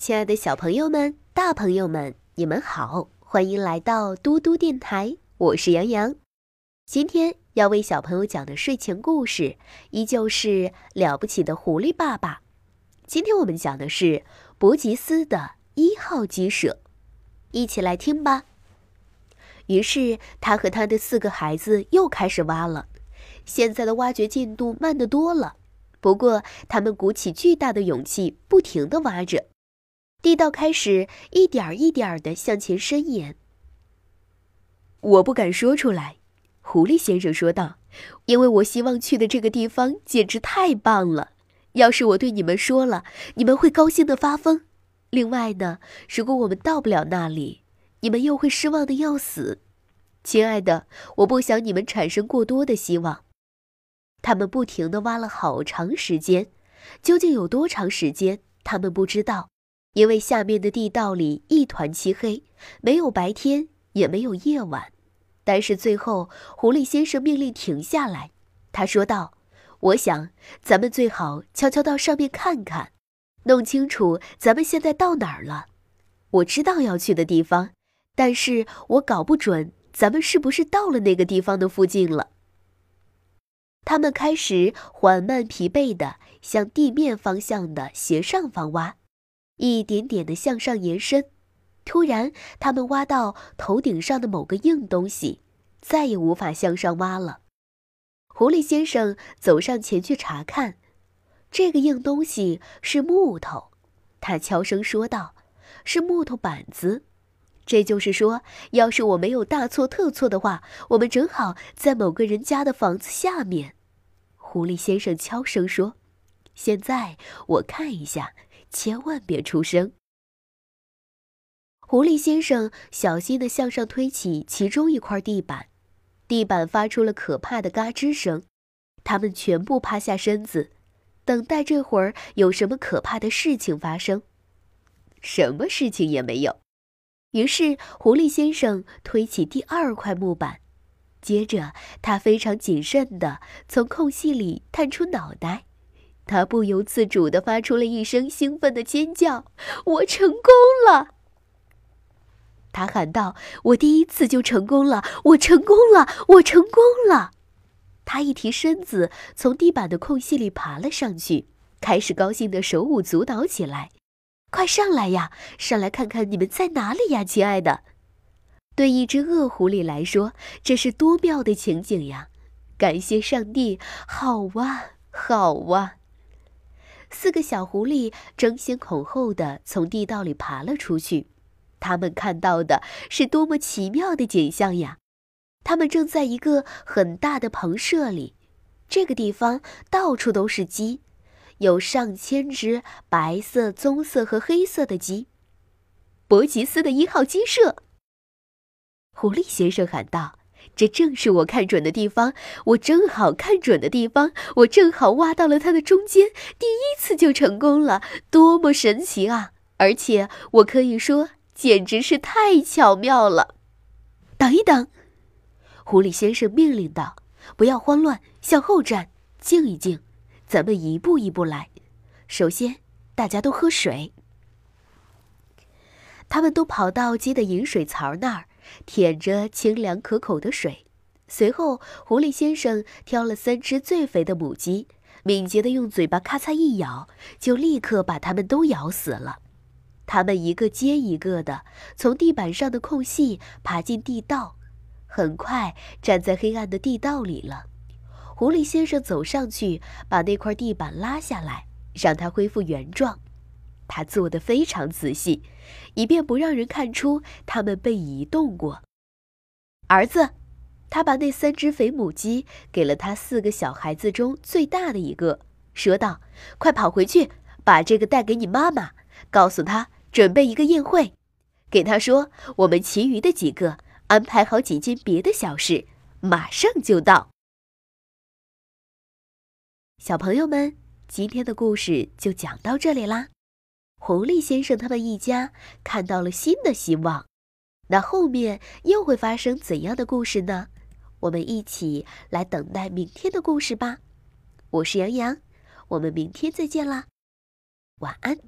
亲爱的小朋友们、大朋友们，你们好，欢迎来到嘟嘟电台，我是杨洋。今天要为小朋友讲的睡前故事，依旧是了不起的狐狸爸爸。今天我们讲的是伯吉斯的1号鸡舍，一起来听吧。于是他和他的4个孩子又开始挖了，现在的挖掘进度慢得多了，不过他们鼓起巨大的勇气，不停地挖着。地道开始一点一点地向前伸延。我不敢说出来，狐狸先生说道，因为我希望去的这个地方简直太棒了。要是我对你们说了，你们会高兴得发疯。另外呢，如果我们到不了那里，你们又会失望得要死。亲爱的，我不想你们产生过多的希望。他们不停地挖了好长时间，究竟有多长时间，他们不知道。因为下面的地道里一团漆黑，没有白天，也没有夜晚。但是最后，狐狸先生命令停下来。他说道：“我想，咱们最好悄悄到上面看看，弄清楚咱们现在到哪儿了。我知道要去的地方，但是我搞不准咱们是不是到了那个地方的附近了。”他们开始缓慢疲惫地向地面方向的斜上方挖。一点点地向上延伸，突然，他们挖到头顶上的某个硬东西，再也无法向上挖了。狐狸先生走上前去查看，这个硬东西是木头，他悄声说道：“是木头板子。这就是说，要是我没有大错特错的话，我们正好在某个人家的房子下面。”狐狸先生悄声说：“现在我看一下。”千万别出声。狐狸先生小心地向上推起其中一块地板，地板发出了可怕的嘎吱声。他们全部趴下身子，等待这会儿有什么可怕的事情发生。什么事情也没有。于是狐狸先生推起第2块木板，接着他非常谨慎地从空隙里探出脑袋。他不由自主地发出了一声兴奋的尖叫：“我成功了！”他喊道：“我第1次就成功了！我成功了！我成功了！”他一提身子，从地板的空隙里爬了上去，开始高兴地手舞足蹈起来。“快上来呀！上来看看你们在哪里呀，亲爱的！”对一只恶狐狸来说，这是多妙的情景呀！感谢上帝，好哇，好哇！4个小狐狸争先恐后地从地道里爬了出去，他们看到的是多么奇妙的景象呀！他们正在一个很大的棚舍里，这个地方到处都是鸡，有上千只白色、棕色和黑色的鸡。伯吉斯的1号鸡舍！狐狸先生喊道：“这正是我看准的地方，我正好看准的地方，我正好挖到了它的中间，第1次就成功了，多么神奇啊！而且我可以说，简直是太巧妙了。”等一等，狐狸先生命令道：“不要慌乱，向后站，静一静，咱们一步一步来。首先，大家都喝水。”他们都跑到鸡的饮水槽那儿，舔着清凉可口的水。随后，狐狸先生挑了3只最肥的母鸡，敏捷地用嘴巴咔嚓一咬，就立刻把它们都咬死了。它们一个接一个的从地板上的空隙爬进地道，很快站在黑暗的地道里了。狐狸先生走上去，把那块地板拉下来，让它恢复原状。他做得非常仔细，以便不让人看出它们被移动过。儿子，他把那3只肥母鸡给了他4个小孩子中最大的一个，说道：“快跑回去，把这个带给你妈妈，告诉她准备一个宴会。给她说，我们其余的几个安排好几件别的小事，马上就到。”小朋友们，今天的故事就讲到这里啦。狐狸先生他们一家看到了新的希望，那后面又会发生怎样的故事呢？我们一起来等待明天的故事吧。我是杨洋，我们明天再见啦，晚安。